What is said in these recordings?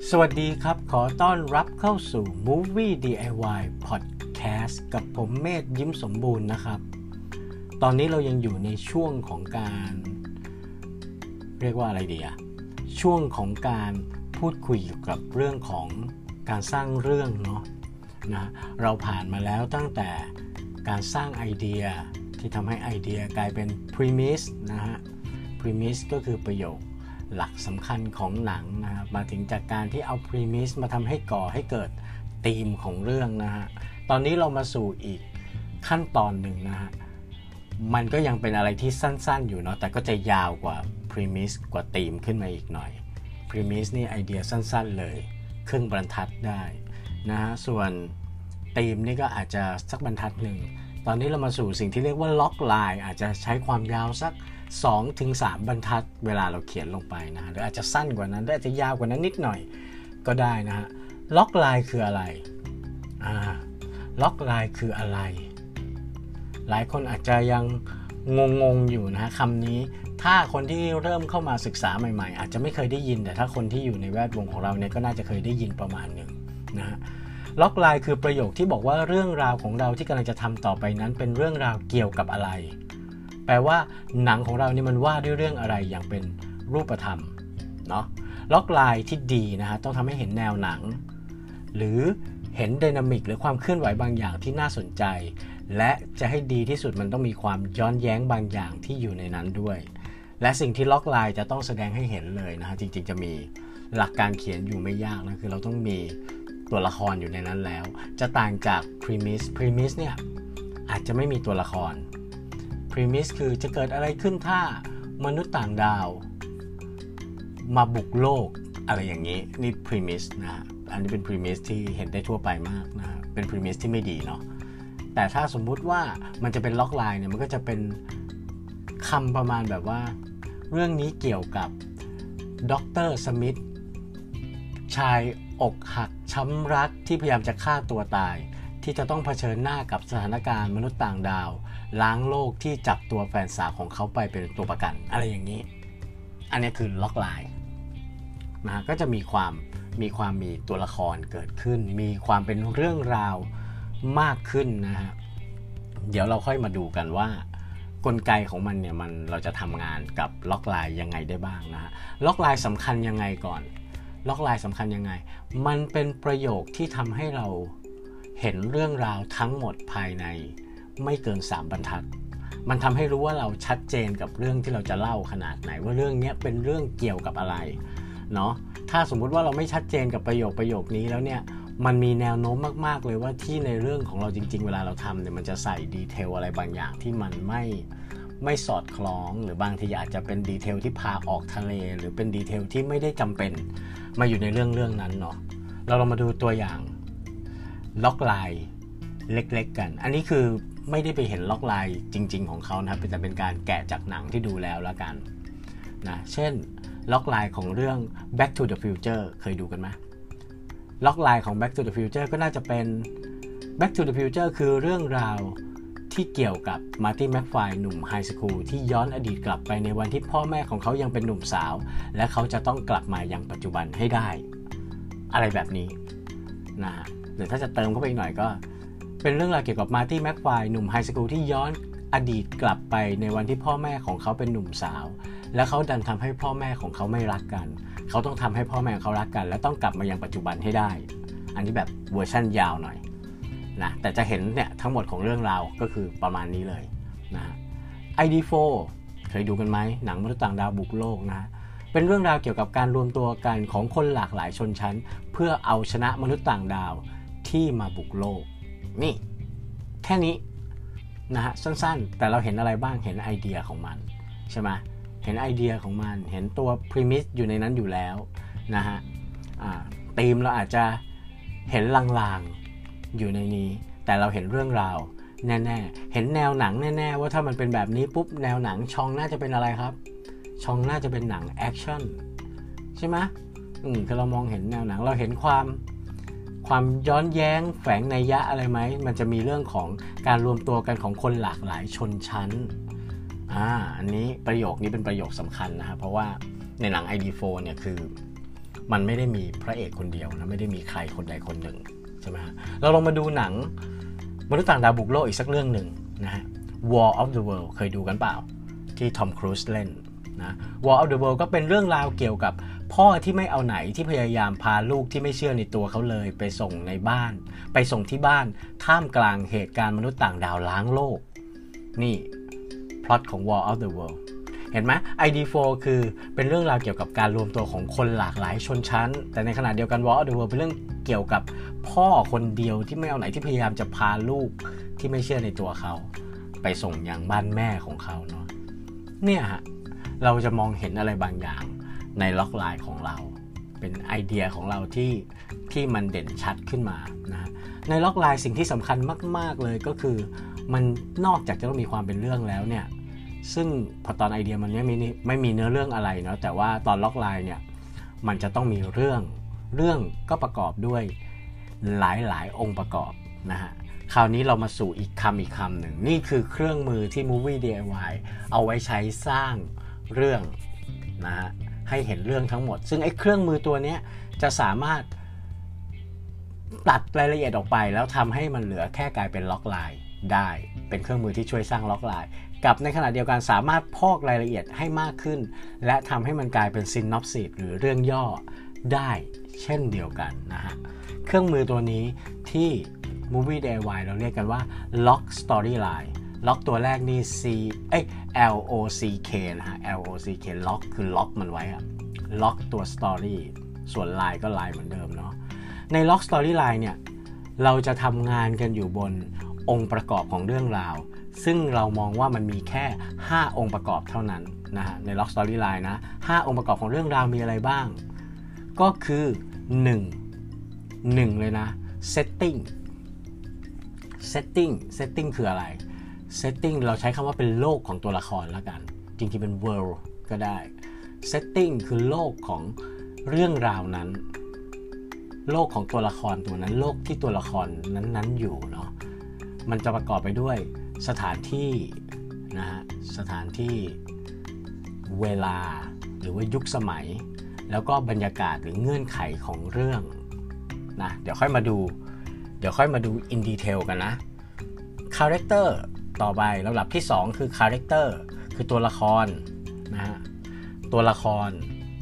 สวัสดีครับขอต้อนรับเข้าสู่ Movie DIY Podcast กับผมเมธยิ้มสมบูรณ์นะครับตอนนี้เรายังอยู่ในช่วงของการเรียกว่าอะไรดีอะช่วงของการพูดคุยเกี่ยวกับเรื่องของการสร้างเรื่องเนาะนะเราผ่านมาแล้วตั้งแต่การสร้างไอเดียที่ทำให้ไอเดียกลายเป็น premise นะฮะ premise ก็คือประโยคหลักสำคัญของหนังนะครับมาถึงจากการที่เอา premise มาทำให้ก่อให้เกิดธีมของเรื่องนะฮะตอนนี้เรามาสู่อีกขั้นตอนหนึ่งนะฮะมันก็ยังเป็นอะไรที่สั้นๆอยู่เนาะแต่ก็จะยาวกว่า premise กว่าธีมขึ้นมาอีกหน่อย premise นี่ไอเดียสั้นๆเลยครึ่งบรรทัดได้นะฮะส่วนธีมนี่ก็อาจจะสักบรรทัดหนึ่งตอนนี้เรามาสู่สิ่งที่เรียกว่าล็อกไลน์อาจจะใช้ความยาวสัก2-3 บรรทัดเวลาเราเขียนลงไปนะหรืออาจจะสั้นกว่านั้นหรืออาจจะยาวกว่านั้นนิดหน่อยก็ได้นะฮะล็อกไลน์คืออะไรล็อกไลน์คืออะไรหลายคนอาจจะยังงงอยู่นะฮะคำนี้ถ้าคนที่เริ่มเข้ามาศึกษาใหม่ๆอาจจะไม่เคยได้ยินแต่ถ้าคนที่อยู่ในแวดวงของเราเนี่ยก็น่าจะเคยได้ยินประมาณหนึ่งนะฮะล็อกไลน์คือประโยคที่บอกว่าเรื่องราวของเราที่กำลังจะทำต่อไปนั้นเป็นเรื่องราวเกี่ยวกับอะไรแปลว่าหนังของเรานี่มันว่าด้วยเรื่องอะไรอย่างเป็นรูปธรรมเนาะล็อกไลน์ที่ดีนะฮะต้องทำให้เห็นแนวหนังหรือเห็นไดนามิกหรือความเคลื่อนไหวบางอย่างที่น่าสนใจและจะให้ดีที่สุดมันต้องมีความย้อนแย้งบางอย่างที่อยู่ในนั้นด้วยและสิ่งที่ล็อกไลน์จะต้องแสดงให้เห็นเลยนะฮะจริงๆจะมีหลักการเขียนอยู่ไม่ยากนะคือเราต้องมีตัวละครอยู่ในนั้นแล้วจะต่างจาก premise เนี่ยอาจจะไม่มีตัวละครpremise คือจะเกิดอะไรขึ้นถ้ามนุษย์ต่างดาวมาบุกโลกอะไรอย่างนี้นี่ premise นะฮะอันนี้เป็น premise ที่เห็นได้ทั่วไปมากนะเป็น premise ที่ไม่ดีเนาะแต่ถ้าสมมุติว่ามันจะเป็นล็อกไลน์เนี่ยมันก็จะเป็นคำประมาณแบบว่าเรื่องนี้เกี่ยวกับด็อกเตอร์สมิธชายอกหักช้ำรักที่พยายามจะฆ่าตัวตายที่จะต้องเผชิญหน้ากับสถานการณ์มนุษย์ต่างดาวล้างโลกที่จับตัวแฟนสาวของเขาไปเป็นตัวประกันอะไรอย่างนี้อันนี้คือล็อกไลน์นะก็จะมีตัวละครเกิดขึ้นมีความเป็นเรื่องราวมากขึ้นนะฮะเดี๋ยวเราค่อยมาดูกันว่ากลไกของมันเนี่ยเราจะทำงานกับล็อกไลน์ยังไงได้บ้างนะฮะล็อกไลน์สำคัญยังไงก่อนล็อกไลน์สำคัญยังไงมันเป็นประโยคที่ทำให้เราเห็นเรื่องราวทั้งหมดภายในไม่เกิน3 บรรทัดมันทำให้รู้ว่าเราชัดเจนกับเรื่องที่เราจะเล่าขนาดไหนว่าเรื่องนี้เป็นเรื่องเกี่ยวกับอะไรเนาะถ้าสมมุติว่าเราไม่ชัดเจนกับประโยคนี้แล้วเนี่ยมันมีแนวโน้มมากๆเลยว่าที่ในเรื่องของเราจริงๆเวลาเราทำเนี่ยมันจะใส่ดีเทลอะไรบางอย่างที่มันไม่สอดคล้องหรือบางทีอาจจะเป็นดีเทลที่พาออกทะเลหรือเป็นดีเทลที่ไม่ได้จำเป็นมาอยู่ในเรื่องนั้นเนาะเราลองมาดูตัวอย่างล็อกไลน์เล็กๆกันอันนี้คือไม่ได้ไปเห็นล็อกไลน์จริงๆของเขานะครับแต่เป็นการแกะจากหนังที่ดูแล้วละกันนะเช่นล็อกไลน์ของเรื่อง Back to the Future เคยดูกันไหมล็อกไลน์ของ Back to the Future ก็น่าจะเป็น Back to the Future คือเรื่องราวที่เกี่ยวกับมาร์ตี้แมคไฟร์หนุ่มไฮสคูลที่ย้อนอดีตกลับไปในวันที่พ่อแม่ของเขายังเป็นหนุ่มสาวและเขาจะต้องกลับมายังปัจจุบันให้ได้อะไรแบบนี้นะฮะหรือถ้าจะเติมเข้าไปอีกหน่อยก็เป็นเรื่องราวเกี่ยวกับมาร์ตี้แมคไฟร์หนุ่มไฮสคูลที่ย้อนอดีตกลับไปในวันที่พ่อแม่ของเขาเป็นหนุ่มสาวและเขาดันทำให้พ่อแม่ของเขาไม่รักกันเขาต้องทำให้พ่อแม่เขารักกันและต้องกลับมายังปัจจุบันให้ได้อันนี้แบบเวอร์ชั่นยาวหน่อยนะแต่จะเห็นเนี่ยทั้งหมดของเรื่องราวก็คือประมาณนี้เลยนะ ID4 เคยดูกันไหมหนังมนุษย์ต่างดาวบุกโลกนะเป็นเรื่องราวเกี่ยวกับการรวมตัวกันของคนหลากหลายชนชั้นเพื่อเอาชนะมนุษย์ต่างดาวที่มาบุกโลกนี่แค่นี้นะฮะสั้นๆแต่เราเห็นอะไรบ้างเห็นไอเดียของมันใช่ไหมเห็นไอเดียของมันเห็นตัว premise อยู่ในนั้นอยู่แล้วนะฮะธีมเราอาจจะเห็นลางๆอยู่ในนี้แต่เราเห็นเรื่องราวแน่ๆเห็นแนวหนังแน่ๆว่าถ้ามันเป็นแบบนี้ปุ๊บแนวหนังช่องน่าจะเป็นอะไรครับช่องน่าจะเป็นหนังแอคชั่นใช่ไหมคือเรามองเห็นแนวหนังเราเห็นความย้อนแย้งแฝงนัยยะอะไรไหมมันจะมีเรื่องของการรวมตัวกันของคนหลากหลายชนชั้นอันนี้ประโยคนี้เป็นประโยคสำคัญนะครับเพราะว่าในหนัง ID4 เนี่ยคือมันไม่ได้มีพระเอกคนเดียวนะไม่ได้มีใครคนใดคนหนึ่งใช่ไหมฮะเราลองมาดูหนังมนุษย์ต่างดาวบุกโลกอีกสักเรื่องหนึ่งนะฮะ War of the World เคยดูกันเปล่าที่ทอมครูซเล่นนะ War of the World ก็เป็นเรื่องราวเกี่ยวกับพ่อที่ไม่เอาไหนที่พยายามพาลูกที่ไม่เชื่อในตัวเขาเลยไปส่งในบ้านไปส่งที่บ้านท่ามกลางเหตุการณ์มนุษย์ต่างดาวล้างโลกนี่พล็อตของ War of the World เห็นไหม ID4 คือเป็นเรื่องราวเกี่ยวกับการรวมตัวของคนหลากหลายชนชั้นแต่ในขณะเดียวกัน War of the World เป็นเรื่องเกี่ยวกับพ่อคนเดียวที่ไม่เอาไหนที่พยายามจะพาลูกที่ไม่เชื่อในตัวเขาไปส่งยังบ้านแม่ของเขาเนาะเนี่ยฮะเราจะมองเห็นอะไรบางอย่างในล็อกไลน์ของเราเป็นไอเดียของเราที่มันเด่นชัดขึ้นมานะในล็อกไลน์สิ่งที่สำคัญมากๆเลยก็คือมันนอกจากจะต้องมีความเป็นเรื่องแล้วเนี่ยซึ่งพอตอนไอเดียมันไม่มีเนื้อเรื่องอะไรเนาะแต่ว่าตอนล็อกไลน์เนี่ยมันจะต้องมีเรื่องก็ประกอบด้วยหลายองค์ประกอบนะฮะคราวนี้เรามาสู่อีกคำหนึ่งนี่คือเครื่องมือที่ Movie DIY เอาไว้ใช้สร้างเรื่องนะฮะให้เห็นเรื่องทั้งหมดซึ่งไอ้เครื่องมือตัวนี้จะสามารถตัดรายละเอียดออกไปแล้วทำให้มันเหลือแค่กลายเป็นล็อกไลน์ได้เป็นเครื่องมือที่ช่วยสร้างล็อกไลน์กับในขณะเดียวกันสามารถพอกรายละเอียดให้มากขึ้นและทำให้มันกลายเป็นซินนอปซิสหรือเรื่องย่อได้เช่นเดียวกันนะฮะเครื่องมือตัวนี้ที่ Movie DIY เราเรียกกันว่า Lock Storyline ล็อกตัวแรกนี่ LOCK นะฮะ LOCK ล็อกคือล็อกมันไว้อะล็อกตัว story ส่วน line ก็ line เหมือนเดิมเนาะใน lock storyline เนี่ยเราจะทำงานกันอยู่บนองค์ประกอบของเรื่องราวซึ่งเรามองว่ามันมีแค่5องค์ประกอบเท่านั้นนะฮะใน lock storyline นะ5องค์ประกอบของเรื่องราวมีอะไรบ้างก็คือ1เลยนะ setting คืออะไรsetting เราใช้คำว่าเป็นโลกของตัวละครแล้วกันจริงๆเป็น world ก็ได้ setting คือโลกของเรื่องราวนั้นโลกของตัวละครตัวนั้นโลกที่ตัวละครนั้นอยู่เนาะมันจะประกอบไปด้วยสถานที่นะฮะสถานที่เวลาหรือว่ายุคสมัยแล้วก็บรรยากาศหรือเงื่อนไขของเรื่องนะเดี๋ยวค่อยมาดู in detail กันนะ characterต่อไปลำดับที่2คือ character คือตัวละครนะฮะตัวละคร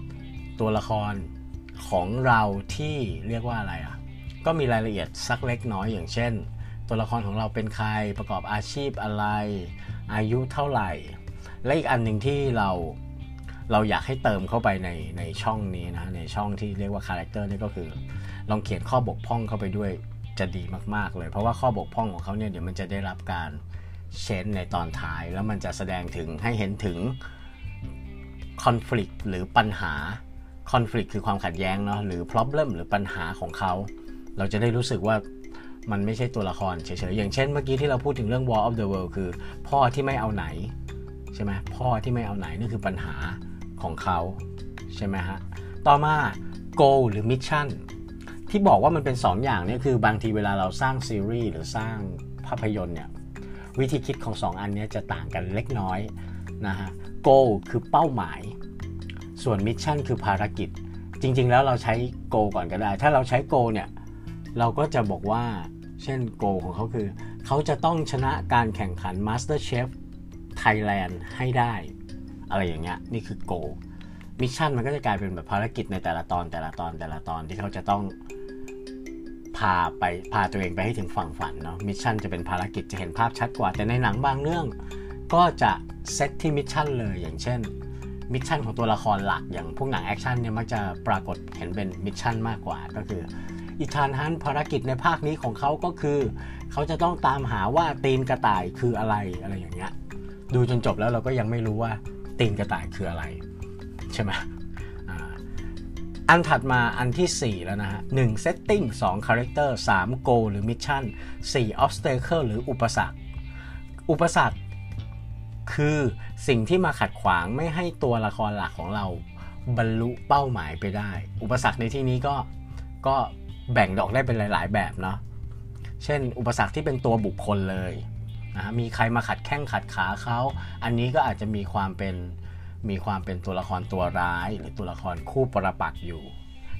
ของเราที่เรียกว่าอะไรอ่ะก็มีรายละเอียดสักเล็กน้อยอย่างเช่นตัวละครของเราเป็นใครประกอบอาชีพอะไรอายุเท่าไหร่และอีกอันหนึ่งที่เราอยากให้เติมเข้าไปในช่องนี้นะในช่องที่เรียกว่า character นี่ก็คือลองเขียนข้อบกพร่องเข้าไปด้วยจะดีมากๆเลยเพราะว่าข้อบกพร่องของเขาเนี่ยเดี๋ยวมันจะได้รับการเช้นในตอนท้ายแล้วมันจะแสดงถึงให้เห็นถึง conflict หรือปัญหา conflict คือความขัดแย้งเนาะหรือ problem หรือปัญหาของเขาเราจะได้รู้สึกว่ามันไม่ใช่ตัวละครเฉยๆอย่างเช่นเมื่อกี้ที่เราพูดถึงเรื่อง War of the World คือพ่อที่ไม่เอาไหนใช่ไหมพ่อที่ไม่เอาไหนนี่คือปัญหาของเขาใช่ไหมฮะต่อมา goal หรือ mission ที่บอกว่ามันเป็น2อย่างนี่คือบางทีเวลาเราสร้างซีรีส์หรือสร้างภาพยนตร์เนี่ยวิธีคิดของ2อันนี้จะต่างกันเล็กน้อยนะฮะ goal คือเป้าหมายส่วน mission คือภารกิจจริงๆแล้วเราใช้ goal ก่อนก็ได้ถ้าเราใช้ goal เนี่ยเราก็จะบอกว่าเช่น goal ของเขาคือเขาจะต้องชนะการแข่งขัน MasterChef Thailand ให้ได้อะไรอย่างเงี้ยนี่คือ goal mission มันก็จะกลายเป็นแบบภารกิจในแต่ละตอนที่เขาจะต้องพาตัวเองไปให้ถึงฝั่งฝันเนาะมิชชั่นจะเป็นภารกิจจะเห็นภาพชัดกว่าแต่ในหนังบางเรื่องก็จะเซตที่มิชชั่นเลยอย่างเช่นมิชชั่นของตัวละครหลักอย่างพวกหนังแอคชั่นเนี่ยมักจะปรากฏเห็นเป็นมิชชั่นมากกว่าก็คืออีธานฮันต์ภารกิจในภาคนี้ของเขาก็คือเขาจะต้องตามหาว่าตีนกระต่ายคืออะไรอย่างเงี้ยดูจนจบแล้วเราก็ยังไม่รู้ว่าตีนกระต่ายคืออะไรใช่ไหมอันถัดมาอันที่4แล้วนะฮะ1 setting 2 character 3 goal หรือ mission 4 obstacle หรืออุปสรรคคือสิ่งที่มาขัดขวางไม่ให้ตัวละครหลักของเราบรรลุเป้าหมายไปได้อุปสรรคในที่นี้ก็แบ่งออกได้เป็นหลายๆแบบเนาะเช่นอุปสรรคที่เป็นตัวบุคคลเลยนะมีใครมาขัดแข้งขัดขาเขาอันนี้ก็อาจจะมีความเป็นตัวละครตัวร้ายหรือตัวละครคู่ปรปักษ์อยู่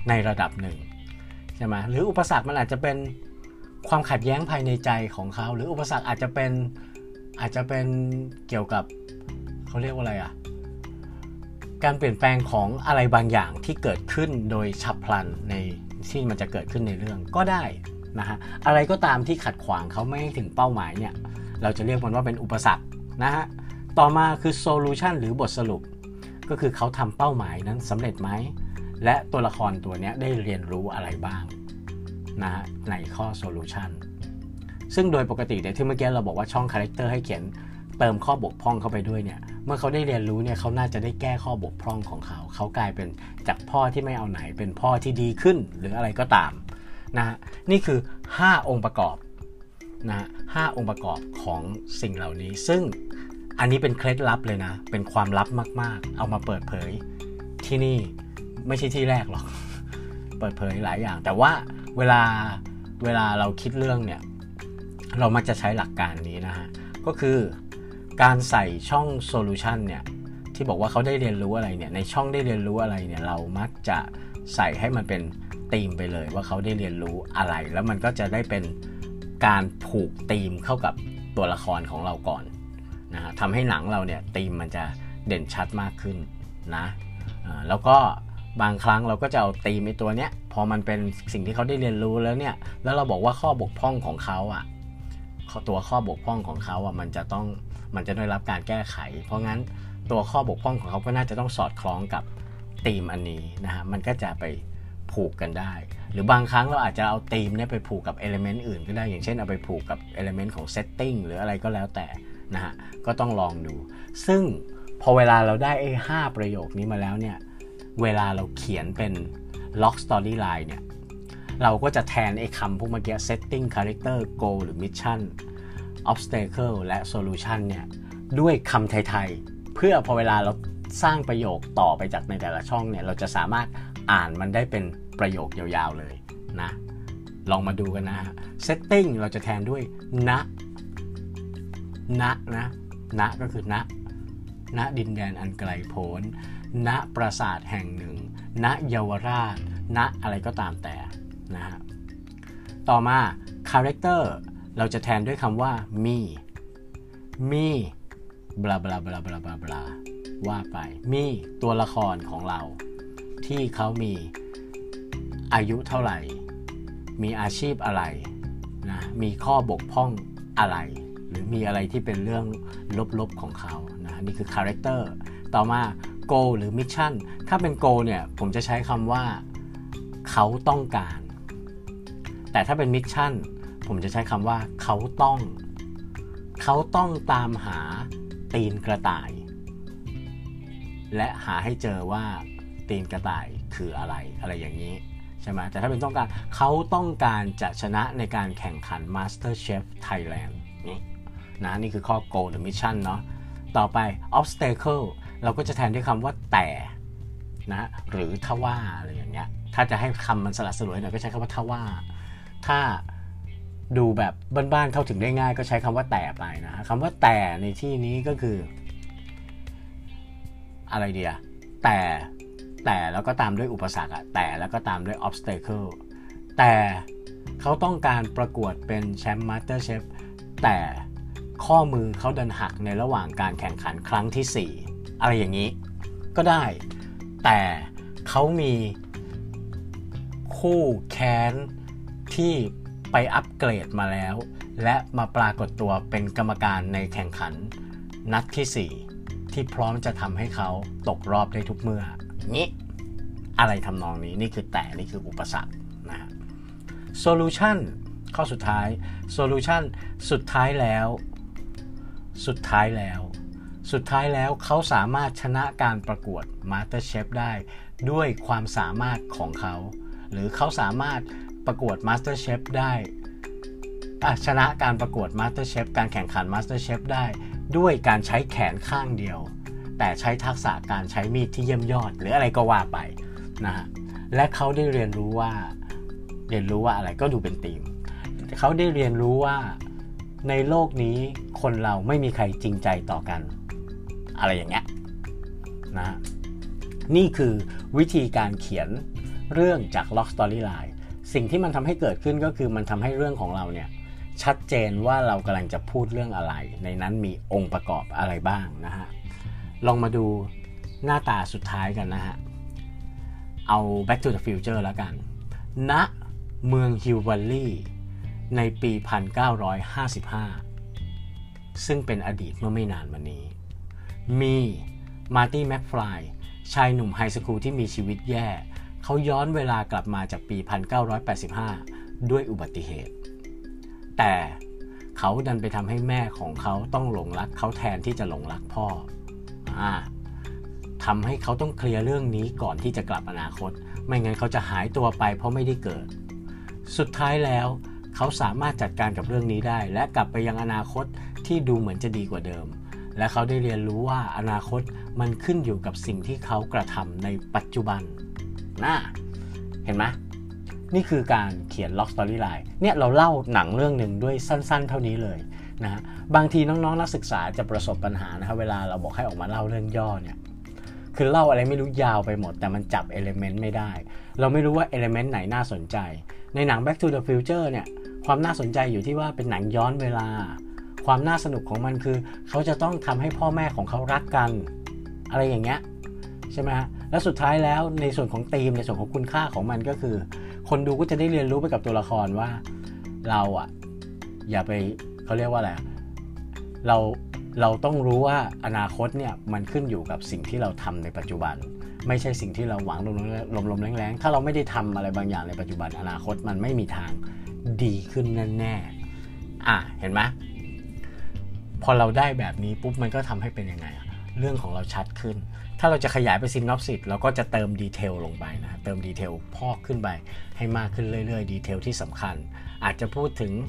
ในระดับหนึ่งใช่ไหมหรืออุปสรรคมันอาจจะเป็นความขัดแย้งภายในใจของเขาหรืออุปสรรคอาจจะเป็นเกี่ยวกับเขาเรียกว่าอะไรการเปลี่ยนแปลงของอะไรบางอย่างที่เกิดขึ้นโดยฉับพลันในที่มันจะเกิดขึ้นในเรื่องก็ได้นะฮะอะไรก็ตามที่ขัดขวางเขาไม่ให้ถึงเป้าหมายเนี่ยเราจะเรียกมันว่าเป็นอุปสรรคนะฮะต่อมาคือ solution หรือบทสรุปก็คือเขาทำเป้าหมายนั้นสำเร็จไหมและตัวละครตัวนี้ได้เรียนรู้อะไรบ้างนะฮะในข้อ solution ซึ่งโดยปกติเนี่ยที่เมื่อกี้เราบอกว่าช่อง character ให้เขียนเติมข้อบกพร่องเข้าไปด้วยเนี่ยเมื่อเขาได้เรียนรู้เนี่ยเขาน่าจะได้แก้ข้อบกพร่องของเขากลายเป็นจากพ่อที่ไม่เอาไหนเป็นพ่อที่ดีขึ้นหรืออะไรก็ตามนะฮะนี่คือ5องค์ประกอบนะ5องค์ประกอบของสิ่งเหล่านี้ซึ่งอันนี้เป็นเคล็ดลับเลยนะเป็นความลับมากๆเอามาเปิดเผยที่นี่ไม่ใช่ที่แรกหรอกเปิดเผยหลายอย่างแต่ว่าเวลาเราคิดเรื่องเนี่ยเรามักจะใช้หลักการนี้นะฮะก็คือการใส่ช่อง solution เนี่ยที่บอกว่าเขาได้เรียนรู้อะไรเนี่ยในช่องได้เรียนรู้อะไรเนี่ยเรามักจะใส่ให้มันเป็นธีมไปเลยว่าเขาได้เรียนรู้อะไรแล้วมันก็จะได้เป็นการผูกธีมเข้ากับตัวละครของเราก่อนนะฮะทำให้หนังเราเนี่ยธีมมันจะเด่นชัดมากขึ้นนะแล้วก็บางครั้งเราก็จะเอาธีมไอ้ตัวเนี้ยพอมันเป็นสิ่งที่เขาได้เรียนรู้แล้วเนี่ยแล้วเราบอกว่าข้อบกพร่องของเขาตัวข้อบกพร่องของเขามันจะได้รับการแก้ไขเพราะงั้นตัวข้อบกพร่องของเขาก็น่าจะต้องสอดคล้องกับธีมอันนี้นะฮะมันก็จะไปผูกกันได้หรือบางครั้งเราอาจจะเอาธีมเนี่ยไปผูกกับเอลิเมนต์อื่นก็ได้อย่างเช่นเอาไปผูกกับเอลิเมนต์ของเซตติ้งหรืออะไรก็แล้วแต่นะฮะก็ต้องลองดูซึ่งพอเวลาเราได้5ประโยคนี้มาแล้วเนี่ยเวลาเราเขียนเป็น log storyline เนี่ยเราก็จะแทนคำพวกเมื่อกี้ setting character goal หรือ mission obstacle และ solution เนี่ยด้วยคำไทยๆเพื่อพอเวลาเราสร้างประโยคต่อไปจากในแต่ละช่องเนี่ยเราจะสามารถอ่านมันได้เป็นประโยคยาวๆเลยนะลองมาดูกันนะฮะ setting เราจะแทนด้วยณก็คือณดินแดนอันไกลโพ้นณปราสาทแห่งหนึ่งณเยาวราชณอะไรก็ตามแต่นะฮะต่อมา character เราจะแทนด้วยคำว่ามีบลาบลาบลาบลาบลาบลาว่าไปมีตัวละครของเราที่เขามีอายุเท่าไหร่มีอาชีพอะไรนะมีข้อบกพร่องอะไรหรือมีอะไรที่เป็นเรื่องลบๆของเขานะนี่คือ character ต่อมา goal หรือ mission ถ้าเป็น goal เนี่ยผมจะใช้คำว่าเขาต้องการแต่ถ้าเป็น mission ผมจะใช้คำว่าเขาต้องตามหาตีนกระต่ายและหาให้เจอว่าตีนกระต่ายคืออะไรอย่างนี้ใช่ไหมแต่ถ้าเป็นต้องการเขาต้องการจะชนะในการแข่งขัน MasterChef Thailand นี่คือข้อ goal หรือ mission เนาะต่อไป obstacle เราก็จะแทนด้วยคำว่าแต่นะหรือถ้าว่าอะไรอย่างเงี้ยถ้าจะให้คำมันสลัดสลวยหน่อยก็ใช้คำว่าถ้าว่าถ้าดูแบบบ้านๆเข้าถึงได้ง่ายก็ใช้คำว่าแต่ไปนะคำว่าแต่ในที่นี้ก็คืออะไรเดียแต่แล้วก็ตามด้วยอุปสรรคแต่แล้วก็ตามด้วย obstacle แต่เขาต้องการประกวดเป็นแชมป์ MasterChef แต่ข้อมือเขาดันหักในระหว่างการแข่งขันครั้งที่4อะไรอย่างนี้ก็ได้แต่เขามีคู่แค้นที่ไปอัปเกรดมาแล้วและมาปรากฏตัวเป็นกรรมการในแข่งขันนัดที่4ที่พร้อมจะทำให้เขาตกรอบได้ทุกเมื่อนี้อะไรทำนองนี้นี่คือแต่นี่คืออุปสรรคนะฮะ solution ข้อสุดท้าย solution สุดท้ายแล้วเขาสามารถชนะการประกวด MasterChef ได้ด้วยความสามารถของเขาหรือเขาสามารถประกวด MasterChef ได้ชนะการประกวด MasterChef การแข่งขัน MasterChef ได้ด้วยการใช้แขนข้างเดียวแต่ใช้ทักษะการใช้มีดที่เยี่ยมยอดหรืออะไรก็ว่าไปนะฮะและเขาได้เรียนรู้ว่าอะไรก็ดูเป็นธีมเขาได้เรียนรู้ว่าในโลกนี้คนเราไม่มีใครจริงใจต่อกันอะไรอย่างเงี้ยนะนี่คือวิธีการเขียนเรื่องจาก Log Storyline สิ่งที่มันทำให้เกิดขึ้นก็คือมันทำให้เรื่องของเราเนี่ยชัดเจนว่าเรากำลังจะพูดเรื่องอะไรในนั้นมีองค์ประกอบอะไรบ้างนะฮะลองมาดูหน้าตาสุดท้ายกันนะฮะเอา Back to the Future แล้วกันณเมืองฮิลวัลลีย์ในปี 1955 ซึ่งเป็นอดีตเมื่อไม่นานมานี้มีมาร์ตี้แม็กฟลายชายหนุ่มไฮสคูลที่มีชีวิตแย่เขาย้อนเวลากลับมาจากปี 1985 ด้วยอุบัติเหตุแต่เขาดันไปทำให้แม่ของเขาต้องหลงรักเขาแทนที่จะหลงรักพ่อทำให้เขาต้องเคลียร์เรื่องนี้ก่อนที่จะกลับอนาคตไม่งั้นเขาจะหายตัวไปเพราะไม่ได้เกิดสุดท้ายแล้วเขาสามารถจัดการกับเรื่องนี้ได้และกลับไปยังอนาคตที่ดูเหมือนจะดีกว่าเดิมและเขาได้เรียนรู้ว่าอนาคตมันขึ้นอยู่กับสิ่งที่เขากระทำในปัจจุบันเห็นไหมนี่คือการเขียน Log Storyline เนี่ยเราเล่าหนังเรื่องหนึ่งด้วยสั้นๆเท่านี้เลยนะบางทีน้องๆนักศึกษาจะประสบปัญหานะครับเวลาเราบอกให้ออกมาเล่าเรื่องย่อเนี่ยคือเล่าอะไรไม่รู้ยาวไปหมดแต่มันจับเอลิเมนต์ไม่ได้เราไม่รู้ว่าเอลิเมนต์ไหนน่าสนใจในหนัง Back to the Future เนี่ยความน่าสนใจอยู่ที่ว่าเป็นหนังย้อนเวลาความน่าสนุกของมันคือเขาจะต้องทำให้พ่อแม่ของเขารักกันอะไรอย่างเงี้ยใช่ไหมฮะแล้วสุดท้ายแล้วในส่วนของธีมในส่วนของคุณค่าของมันก็คือคนดูก็จะได้เรียนรู้ไปกับตัวละครว่าเราอย่าไปเขาเรียกว่าอะไรเราต้องรู้ว่าอนาคตเนี่ยมันขึ้นอยู่กับสิ่งที่เราทำในปัจจุบันไม่ใช่สิ่งที่เราหวังลมๆแรงๆถ้าเราไม่ได้ทำอะไรบางอย่างในปัจจุบันอนาคตมันไม่มีทางดีขึ้นแน่ๆเห็นไหมพอเราได้แบบนี้ปุ๊บมันก็ทำให้เป็นยังไงเรื่องของเราชัดขึ้นถ้าเราจะขยายไปซินอปซิสเราก็จะเติมดีเทลลงไปนะเติมดีเทลพอกขึ้นไปให้มากขึ้นเรื่อยๆดีเทลที่สำคัญอาจจะพูดถึง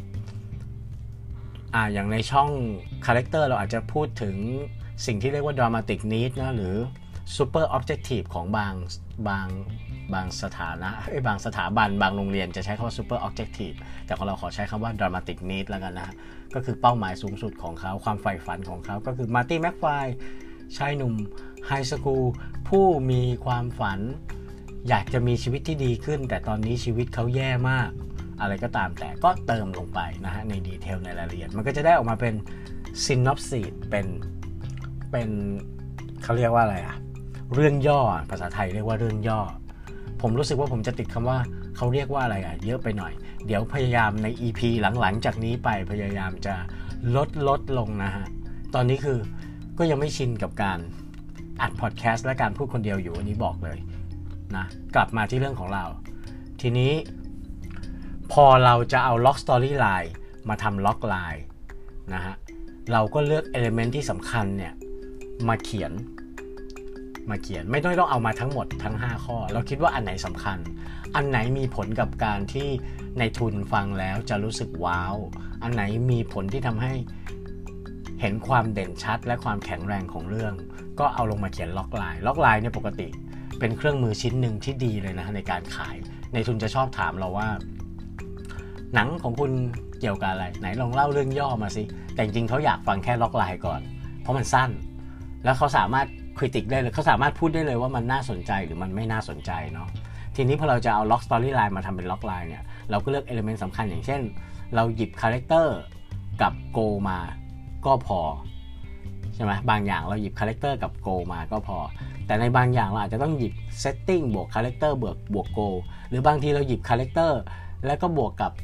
อย่างในช่องคาแรคเตอร์เราอาจจะพูดถึงสิ่งที่เรียกว่า dramatic need นะหรือ super objective ของบางสถานะบางสถาบันบางโรงเรียนจะใช้คำว่า super objective แต่ของเราขอใช้คำว่า dramatic need แล้วกันนะก็คือเป้าหมายสูงสุดของเขาความใฝ่ฝันของเขาก็คือมาร์ตี้แม็กไฟร์ชายหนุ่มไฮสคูลผู้มีความฝันอยากจะมีชีวิตที่ดีขึ้นแต่ตอนนี้ชีวิตเขาแย่มากอะไรก็ตามแต่ก็เติมลงไปนะฮะในดีเทลในรายละเอียดมันก็จะได้ออกมาเป็นซินอปซิสเป็นเขาเรียกว่าอะไรเรื่องย่อภาษาไทยเรียกว่าเรื่องย่อผมรู้สึกว่าผมจะติดคำว่าเขาเรียกว่าอะไรเยอะไปหน่อยเดี๋ยวพยายามใน EP หลังๆจากนี้ไปพยายามจะลดลงนะฮะตอนนี้คือก็ยังไม่ชินกับการอัดพอดแคสต์และการพูดคนเดียวอยู่อันนี้บอกเลยนะกลับมาที่เรื่องของเราทีนี้พอเราจะเอา Log Storyline มาทำ Log Line นะฮะเราก็เลือก element ที่สำคัญเนี่ยมาเขียนไม่ต้องเอามาทั้งหมดทั้ง5ข้อเราคิดว่าอันไหนสำคัญอันไหนมีผลกับการที่ในทุนฟังแล้วจะรู้สึกว้าวอันไหนมีผลที่ทำให้เห็นความเด่นชัดและความแข็งแรงของเรื่องก็เอาลงมาเขียน Log Line เนี่ยปกติเป็นเครื่องมือชิ้นหนึ่งที่ดีเลยนะในการขายในทุนจะชอบถามเราว่าหนังของคุณเกี่ยวกับอะไรไหนลองเล่าเรื่องย่อมาสิแต่จริงๆเขาอยากฟังแค่ Log Line ก่อนเพราะมันสั้นแล้วเขาสามารถคริติกได้เลยเขาสามารถพูดได้เลยว่ามันน่าสนใจหรือมันไม่น่าสนใจเนาะทีนี้พอเราจะเอา Log Storyline มาทำเป็น Log Line เนี่ยเราก็เลือก element สำคัญอย่างเช่นเราหยิบคาแรคเตอร์กับ goal มาก็พอใช่ไหมบางอย่างเราหยิบคาแรคเตอร์กับ goal มาก็พอแต่ในบางอย่างเราอาจจะต้องหยิบ setting บวกคาแรคเตอร์บวก goal หรือบางทีเราหยิบคาแรคเตอร์แล้วก็บวกกับ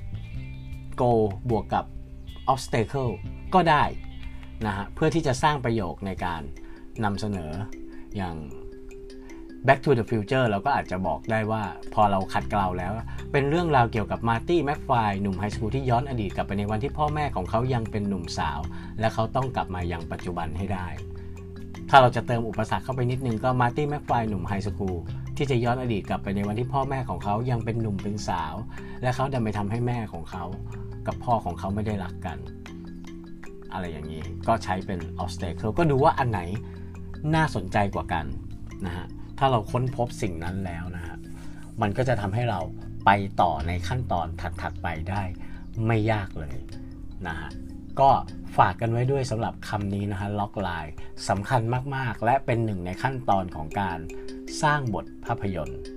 goal บวกกับ obstacle ก็ได้นะฮะเพื่อที่จะสร้างประโยคในการนำเสนออย่าง Back to the Future เราก็อาจจะบอกได้ว่าพอเราขัดเกลาแล้วเป็นเรื่องราวเกี่ยวกับมาร์ตี้แม็กไฟร์หนุ่มไฮสคูลที่ย้อนอดีตกลับไปในวันที่พ่อแม่ของเขายังเป็นหนุ่มสาวและเขาต้องกลับมายังปัจจุบันให้ได้ถ้าเราจะเติมอุปสรรคเข้าไปนิดนึงก็มาร์ตี้แม็กไฟร์หนุ่มไฮสคูลที่จะย้อนอดีตกลับไปในวันที่พ่อแม่ของเขายังเป็นหนุ่มเป็นสาวและเขาดันไปทำให้แม่ของเขากับพ่อของเขาไม่ได้รักกันอะไรอย่างนี้ก็ใช้เป็น obstacle ก็ดูว่าอันไหนน่าสนใจกว่ากันนะฮะถ้าเราค้นพบสิ่งนั้นแล้วนะฮะมันก็จะทำให้เราไปต่อในขั้นตอนถัดไปได้ไม่ยากเลยนะฮะก็ฝากกันไว้ด้วยสำหรับคำนี้นะฮะ Log Line สำคัญมากๆและเป็นหนึ่งในขั้นตอนของการสร้างบทภาพยนตร์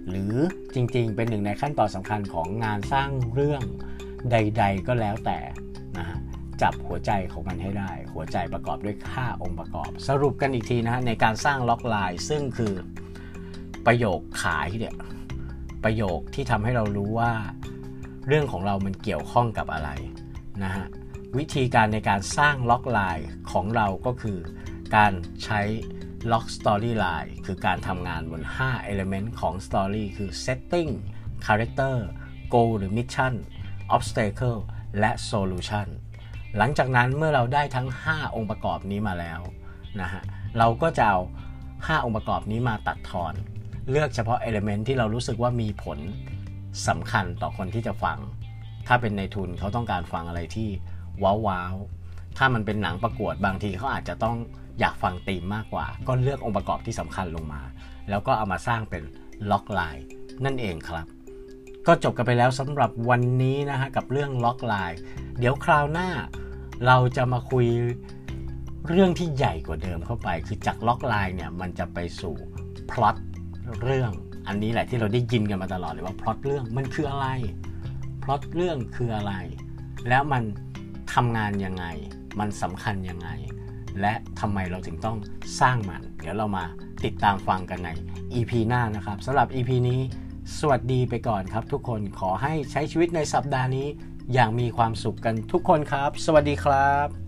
หรือจริงๆเป็นหนึ่งในขั้นตอนสำคัญของงานสร้างเรื่องใดๆก็แล้วแต่นะฮะจับหัวใจของมันให้ได้หัวใจประกอบด้วย5องค์ประกอบสรุปกันอีกทีนะฮะในการสร้างล็อกไลน์ซึ่งคือประโยคขายเนี่ยประโยคที่ทำให้เรารู้ว่าเรื่องของเรามันเกี่ยวข้องกับอะไรนะฮะวิธีการในการสร้างล็อกไลน์ของเราก็คือการใช้ล็อกสตอรี่ไลน์คือการทำงานบน5 element ของ story คือ setting character goal หรือ mission obstacle และ solution หลังจากนั้นเมื่อเราได้ทั้ง5องค์ประกอบนี้มาแล้วนะฮะเราก็จะเอา5องค์ประกอบนี้มาตัดทอนเลือกเฉพาะ element ที่เรารู้สึกว่ามีผลสำคัญต่อคนที่จะฟังถ้าเป็นในทุนเขาต้องการฟังอะไรที่ว้าวๆถ้ามันเป็นหนังประกวดบางทีเขาอาจจะต้องอยากฟังธีมมากกว่าก็เลือกองค์ประกอบที่สำคัญลงมาแล้วก็เอามาสร้างเป็นล็อกไลน์นั่นเองครับก็จบกันไปแล้วสำหรับวันนี้นะฮะกับเรื่องล็อกไลน์เดี๋ยวคราวหน้าเราจะมาคุยเรื่องที่ใหญ่กว่าเดิมเข้าไปคือจากล็อกไลน์เนี่ยมันจะไปสู่พล็อตเรื่องอันนี้แหละที่เราได้ยินกันมาตลอดเลยว่าพล็อตเรื่องมันคืออะไรพล็อตเรื่องคืออะไรแล้วมันทำงานยังไงมันสำคัญยังไงและทำไมเราถึงต้องสร้างมันเดี๋ยวเรามาติดตามฟังกันใน EP หน้านะครับสำหรับ EP นี้สวัสดีไปก่อนครับทุกคนขอให้ใช้ชีวิตในสัปดาห์นี้อย่างมีความสุขกันทุกคนครับสวัสดีครับ